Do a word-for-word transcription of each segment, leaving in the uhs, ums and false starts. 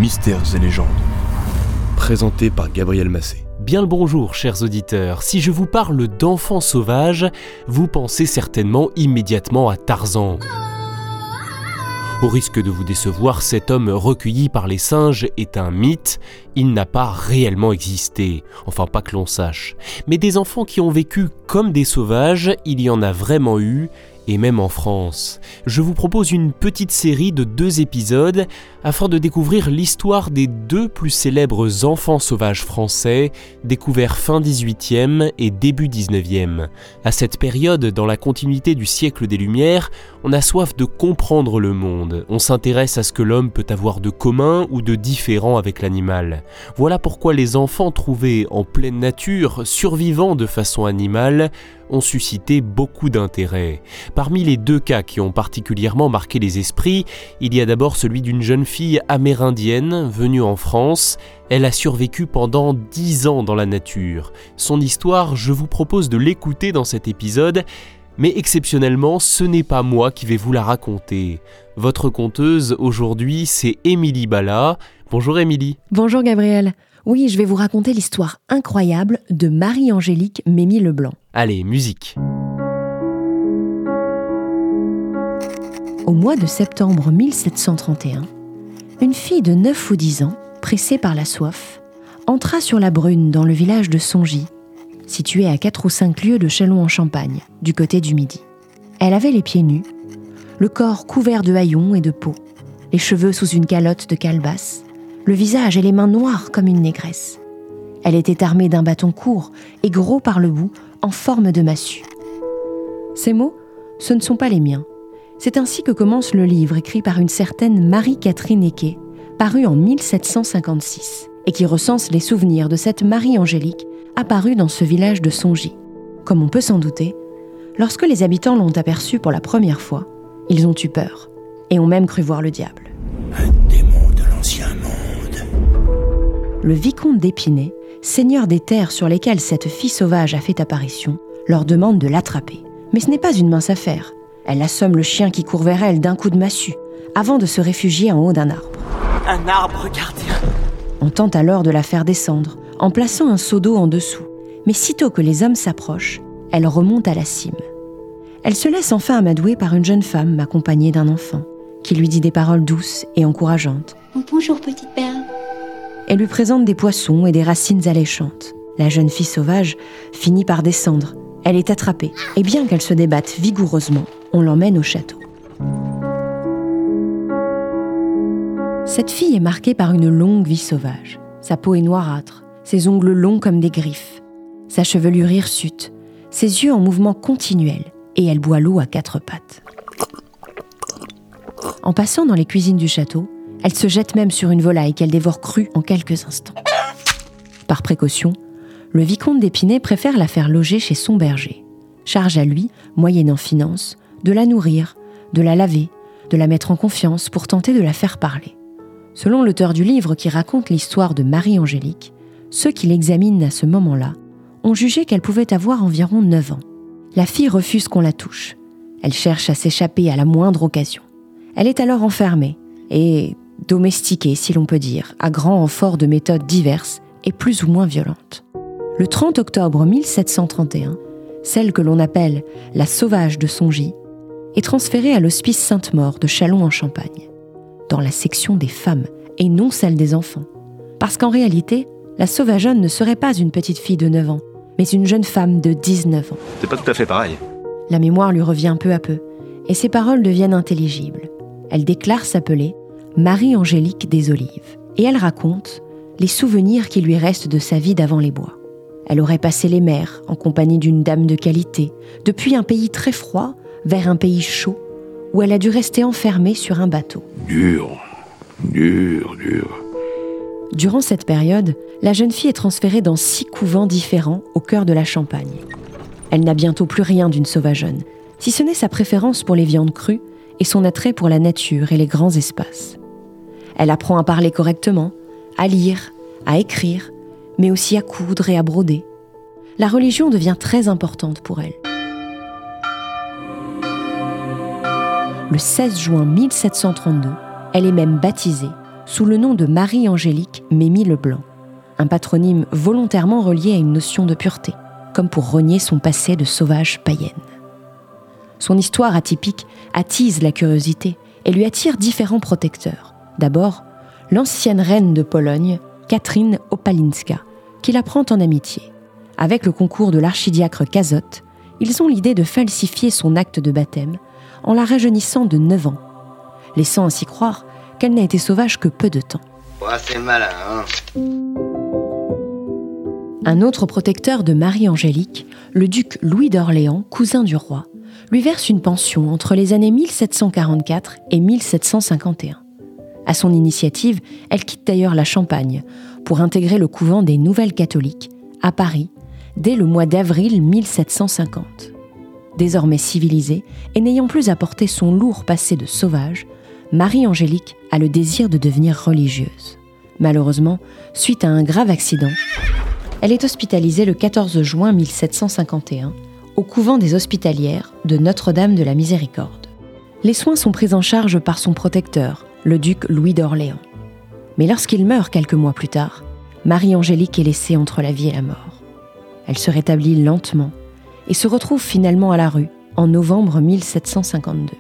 Mystères et légendes. Présenté par Gabriel Massé. Bien le bonjour, chers auditeurs. Si je vous parle d'enfants sauvages, vous pensez certainement immédiatement à Tarzan. Au risque de vous décevoir, cet homme recueilli par les singes est un mythe. Il n'a pas réellement existé, enfin pas que l'on sache. Mais des enfants qui ont vécu comme des sauvages, il y en a vraiment eu, et même en France. Je vous propose une petite série de deux épisodes afin de découvrir l'histoire des deux plus célèbres enfants sauvages français, découverts fin dix-huitième et début dix-neuvième. À cette période, dans la continuité du siècle des Lumières, on a soif de comprendre le monde. On s'intéresse à ce que l'homme peut avoir de commun ou de différent avec l'animal. Voilà pourquoi les enfants trouvés en pleine nature, survivant de façon animale, ont suscité beaucoup d'intérêt. Parmi les deux cas qui ont particulièrement marqué les esprits, il y a d'abord celui d'une jeune fille amérindienne venue en France. Elle a survécu pendant dix ans dans la nature. Son histoire, je vous propose de l'écouter dans cet épisode, mais exceptionnellement, ce n'est pas moi qui vais vous la raconter. Votre conteuse aujourd'hui, c'est Émilie Bala. Bonjour Émilie. Bonjour Gabriel. Oui, je vais vous raconter l'histoire incroyable de Marie-Angélique Mémy-Leblanc. Allez, musique. Au mois de septembre mille sept cent trente et un, une fille de neuf ou dix ans, pressée par la soif, entra sur la Brune dans le village de Songy, situé à quatre ou cinq lieues de Châlons-en-Champagne, du côté du Midi. Elle avait les pieds nus, le corps couvert de haillons et de peau, les cheveux sous une calotte de calebasse, le visage et les mains noires comme une négresse. Elle était armée d'un bâton court et gros par le bout, en forme de massue. Ces mots, ce ne sont pas les miens. C'est ainsi que commence le livre écrit par une certaine Marie-Catherine Eke, paru en mille sept cent cinquante-six, et qui recense les souvenirs de cette Marie-Angélique apparue dans ce village de Songy. Comme on peut s'en douter, lorsque les habitants l'ont aperçue pour la première fois, ils ont eu peur, et ont même cru voir le diable. Un démon de l'ancien monde. Le vicomte d'Épinay, seigneur des terres sur lesquelles cette fille sauvage a fait apparition, leur demande de l'attraper. Mais ce n'est pas une mince affaire. Elle assomme le chien qui court vers elle d'un coup de massue, avant de se réfugier en haut d'un arbre. Un arbre gardien. On tente alors de la faire descendre, en plaçant un seau d'eau en dessous. Mais sitôt que les hommes s'approchent, elle remonte à la cime. Elle se laisse enfin amadouer par une jeune femme accompagnée d'un enfant, qui lui dit des paroles douces et encourageantes. Bonjour petite perle. Elle lui présente des poissons et des racines alléchantes. La jeune fille sauvage finit par descendre. Elle est attrapée, et bien qu'elle se débatte vigoureusement, on l'emmène au château. Cette fille est marquée par une longue vie sauvage. Sa peau est noirâtre, ses ongles longs comme des griffes, sa chevelure hirsute, ses yeux en mouvement continuel, et elle boit l'eau à quatre pattes. En passant dans les cuisines du château, elle se jette même sur une volaille qu'elle dévore crue en quelques instants. Par précaution, le vicomte d'Épinay préfère la faire loger chez son berger. Charge à lui, moyennant finance, de la nourrir, de la laver, de la mettre en confiance pour tenter de la faire parler. Selon l'auteur du livre qui raconte l'histoire de Marie-Angélique, ceux qui l'examinent à ce moment-là ont jugé qu'elle pouvait avoir environ neuf ans. La fille refuse qu'on la touche. Elle cherche à s'échapper à la moindre occasion. Elle est alors enfermée et domestiquée, si l'on peut dire, à grand renfort de méthodes diverses et plus ou moins violentes. Le trente octobre mille sept cent trente et un, celle que l'on appelle la sauvage de Songy est transférée à l'hospice Sainte-Maure de Châlons-en-Champagne, dans la section des femmes et non celle des enfants. Parce qu'en réalité, la sauvageonne ne serait pas une petite fille de neuf ans, mais une jeune femme de dix-neuf ans. C'est pas tout à fait pareil. La mémoire lui revient peu à peu, et ses paroles deviennent intelligibles. Elle déclare s'appeler Marie-Angélique des Olives, et elle raconte les souvenirs qui lui restent de sa vie d'avant les bois. Elle aurait passé les mers en compagnie d'une dame de qualité, depuis un pays très froid vers un pays chaud, où elle a dû rester enfermée sur un bateau. Dur, dur, dur. Durant cette période, la jeune fille est transférée dans six couvents différents au cœur de la Champagne. Elle n'a bientôt plus rien d'une sauvageonne, si ce n'est sa préférence pour les viandes crues et son attrait pour la nature et les grands espaces. Elle apprend à parler correctement, à lire, à écrire, mais aussi à coudre et à broder. La religion devient très importante pour elle. Le seize juin mille sept cent trente-deux, elle est même baptisée sous le nom de Marie-Angélique Mémy Leblanc, un patronyme volontairement relié à une notion de pureté, comme pour renier son passé de sauvage païenne. Son histoire atypique attise la curiosité et lui attire différents protecteurs. D'abord, l'ancienne reine de Pologne, Catherine Opalinska, qui la prend en amitié. Avec le concours de l'archidiacre Cazotte, ils ont l'idée de falsifier son acte de baptême en la rajeunissant de neuf ans, laissant ainsi croire qu'elle n'a été sauvage que peu de temps. Ouais, c'est malin, hein. Un autre protecteur de Marie-Angélique, le duc Louis d'Orléans, cousin du roi, lui verse une pension entre les années mille sept cent quarante-quatre et mille sept cent cinquante et un. À son initiative, elle quitte d'ailleurs la Champagne pour intégrer le couvent des Nouvelles Catholiques, à Paris, dès le mois d'avril mille sept cent cinquante. Désormais civilisée et n'ayant plus à porter son lourd passé de sauvage, Marie-Angélique a le désir de devenir religieuse. Malheureusement, suite à un grave accident, elle est hospitalisée le quatorze juin mille sept cent cinquante et un au couvent des Hospitalières de Notre-Dame de la Miséricorde. Les soins sont pris en charge par son protecteur, le duc Louis d'Orléans. Mais lorsqu'il meurt quelques mois plus tard, Marie-Angélique est laissée entre la vie et la mort. Elle se rétablit lentement et se retrouve finalement à la rue en novembre mille sept cent cinquante-deux.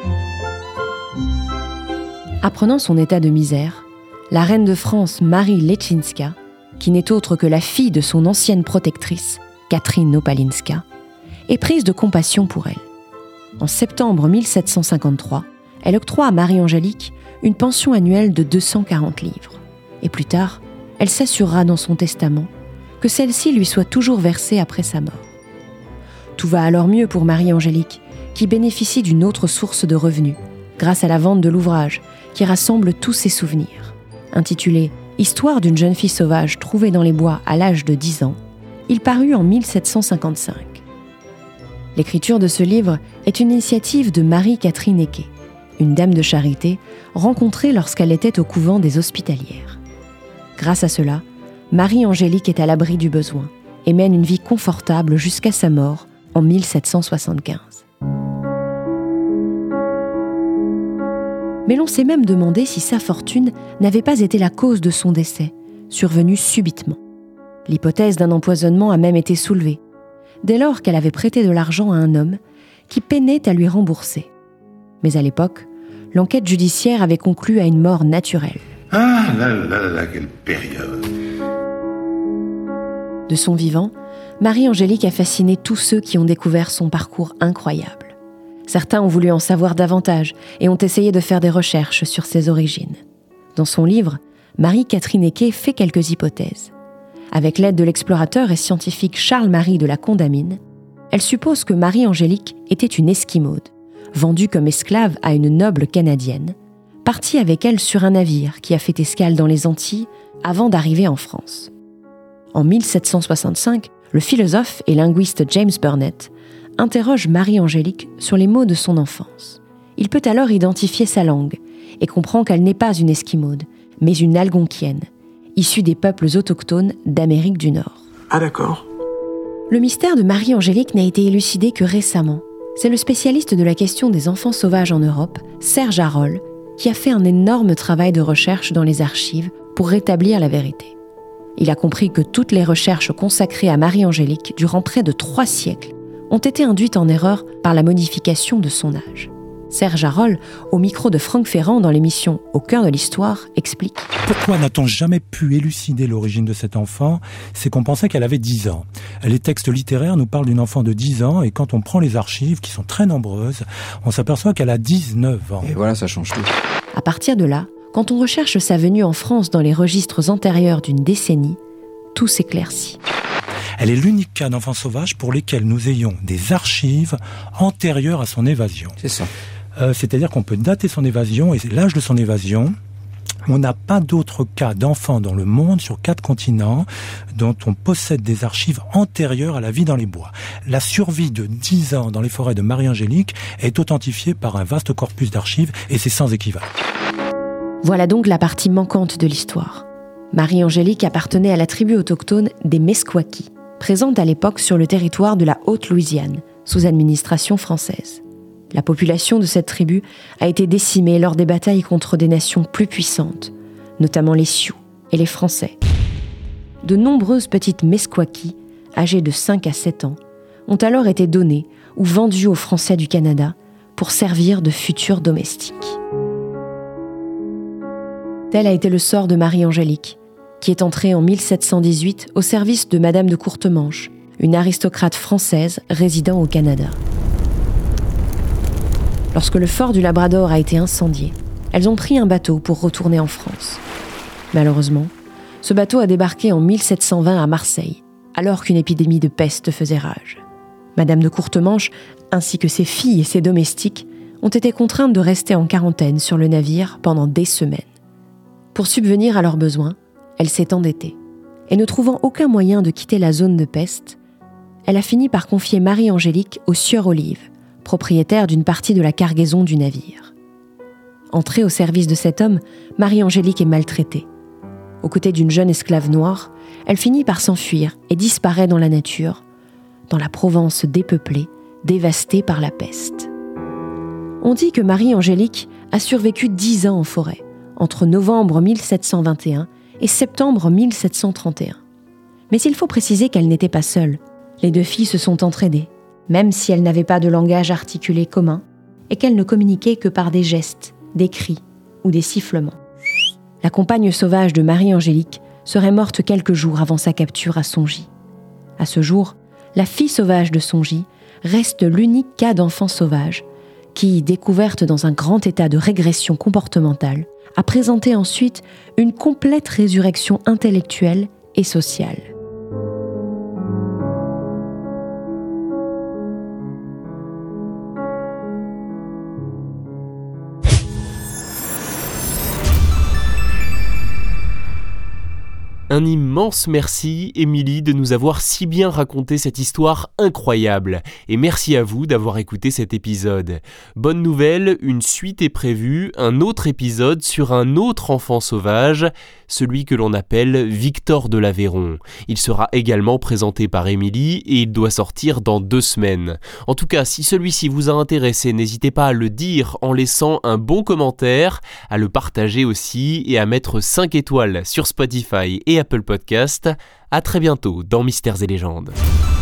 Apprenant son état de misère, la reine de France Marie Leczinska, qui n'est autre que la fille de son ancienne protectrice, Catherine Opalinska, est prise de compassion pour elle. En septembre mille sept cent cinquante-trois, elle octroie à Marie-Angélique une pension annuelle de deux cent quarante livres. Et plus tard, elle s'assurera dans son testament que celle-ci lui soit toujours versée après sa mort. Tout va alors mieux pour Marie-Angélique, qui bénéficie d'une autre source de revenus, grâce à la vente de l'ouvrage qui rassemble tous ses souvenirs. Intitulé « Histoire d'une jeune fille sauvage trouvée dans les bois à l'âge de dix ans », il parut en mille sept cent cinquante-cinq. L'écriture de ce livre est une initiative de Marie-Catherine Eke, une dame de charité rencontrée lorsqu'elle était au couvent des Hospitalières. Grâce à cela, Marie-Angélique est à l'abri du besoin et mène une vie confortable jusqu'à sa mort en mille sept cent soixante-quinze. Mais l'on s'est même demandé si sa fortune n'avait pas été la cause de son décès, survenu subitement. L'hypothèse d'un empoisonnement a même été soulevée, dès lors qu'elle avait prêté de l'argent à un homme qui peinait à lui rembourser. Mais à l'époque, l'enquête judiciaire avait conclu à une mort naturelle. Ah là là là, quelle période! De son vivant, Marie-Angélique a fasciné tous ceux qui ont découvert son parcours incroyable. Certains ont voulu en savoir davantage et ont essayé de faire des recherches sur ses origines. Dans son livre, Marie-Catherine Eke fait quelques hypothèses. Avec l'aide de l'explorateur et scientifique Charles-Marie de la Condamine, elle suppose que Marie-Angélique était une esquimaude, vendue comme esclave à une noble canadienne, partie avec elle sur un navire qui a fait escale dans les Antilles avant d'arriver en France. En mille sept cent soixante-cinq, le philosophe et linguiste James Burnett interroge Marie-Angélique sur les mots de son enfance. Il peut alors identifier sa langue et comprend qu'elle n'est pas une esquimaude, mais une algonquienne, issue des peuples autochtones d'Amérique du Nord. Ah d'accord. Le mystère de Marie-Angélique n'a été élucidé que récemment. C'est le spécialiste de la question des enfants sauvages en Europe, Serge Harold, qui a fait un énorme travail de recherche dans les archives pour rétablir la vérité. Il a compris que toutes les recherches consacrées à Marie-Angélique durant près de trois siècles ont été induites en erreur par la modification de son âge. Serge Harold, au micro de Franck Ferrand dans l'émission Au cœur de l'histoire, explique « Pourquoi n'a-t-on jamais pu élucider l'origine de cet enfant ? C'est qu'on pensait qu'elle avait dix ans. Les textes littéraires nous parlent d'une enfant de dix ans et quand on prend les archives, qui sont très nombreuses, on s'aperçoit qu'elle a dix-neuf ans. Et voilà, ça change tout. » À partir de là, quand on recherche sa venue en France dans les registres antérieurs d'une décennie, tout s'éclaircit. Elle est l'unique cas d'enfant sauvage pour lesquels nous ayons des archives antérieures à son évasion. C'est ça. Euh, c'est-à-dire qu'on peut dater son évasion et c'est l'âge de son évasion. On n'a pas d'autres cas d'enfants dans le monde sur quatre continents dont on possède des archives antérieures à la vie dans les bois. La survie de dix ans dans les forêts de Marie-Angélique est authentifiée par un vaste corpus d'archives et c'est sans équivalent. Voilà donc la partie manquante de l'histoire. Marie-Angélique appartenait à la tribu autochtone des Meskwaki, présente à l'époque sur le territoire de la Haute-Louisiane, sous administration française. La population de cette tribu a été décimée lors des batailles contre des nations plus puissantes, notamment les Sioux et les Français. De nombreuses petites Meskwaki, âgées de cinq à sept ans, ont alors été données ou vendues aux Français du Canada pour servir de futurs domestiques. Tel a été le sort de Marie-Angélique, qui est entrée en mille sept cent dix-huit au service de Madame de Courtemanche, une aristocrate française résidant au Canada. Lorsque le fort du Labrador a été incendié, elles ont pris un bateau pour retourner en France. Malheureusement, ce bateau a débarqué en mille sept cent vingt à Marseille, alors qu'une épidémie de peste faisait rage. Madame de Courtemanche, ainsi que ses filles et ses domestiques, ont été contraintes de rester en quarantaine sur le navire pendant des semaines. Pour subvenir à leurs besoins, elle s'est endettée. Et ne trouvant aucun moyen de quitter la zone de peste, elle a fini par confier Marie-Angélique au sieur Olive, propriétaire d'une partie de la cargaison du navire. Entrée au service de cet homme, Marie-Angélique est maltraitée. Aux côtés d'une jeune esclave noire, elle finit par s'enfuir et disparaît dans la nature, dans la Provence dépeuplée, dévastée par la peste. On dit que Marie-Angélique a survécu dix ans en forêt, entre novembre mille sept cent vingt et un et septembre mille sept cent trente et un. Mais il faut préciser qu'elle n'était pas seule. Les deux filles se sont entraidées, même si elles n'avaient pas de langage articulé commun et qu'elles ne communiquaient que par des gestes, des cris ou des sifflements. La compagne sauvage de Marie-Angélique serait morte quelques jours avant sa capture à Songy. À ce jour, la fille sauvage de Songy reste l'unique cas d'enfant sauvage qui, découverte dans un grand état de régression comportementale, a présenté ensuite une complète résurrection intellectuelle et sociale. Un immense merci, Émilie, de nous avoir si bien raconté cette histoire incroyable. Et merci à vous d'avoir écouté cet épisode. Bonne nouvelle, une suite est prévue, un autre épisode sur un autre enfant sauvage, celui que l'on appelle Victor de l'Aveyron. Il sera également présenté par Émilie et il doit sortir dans deux semaines. En tout cas, si celui-ci vous a intéressé, n'hésitez pas à le dire en laissant un bon commentaire, à le partager aussi et à mettre cinq étoiles sur Spotify et Apple Podcast. À très bientôt dans Mystères et Légendes.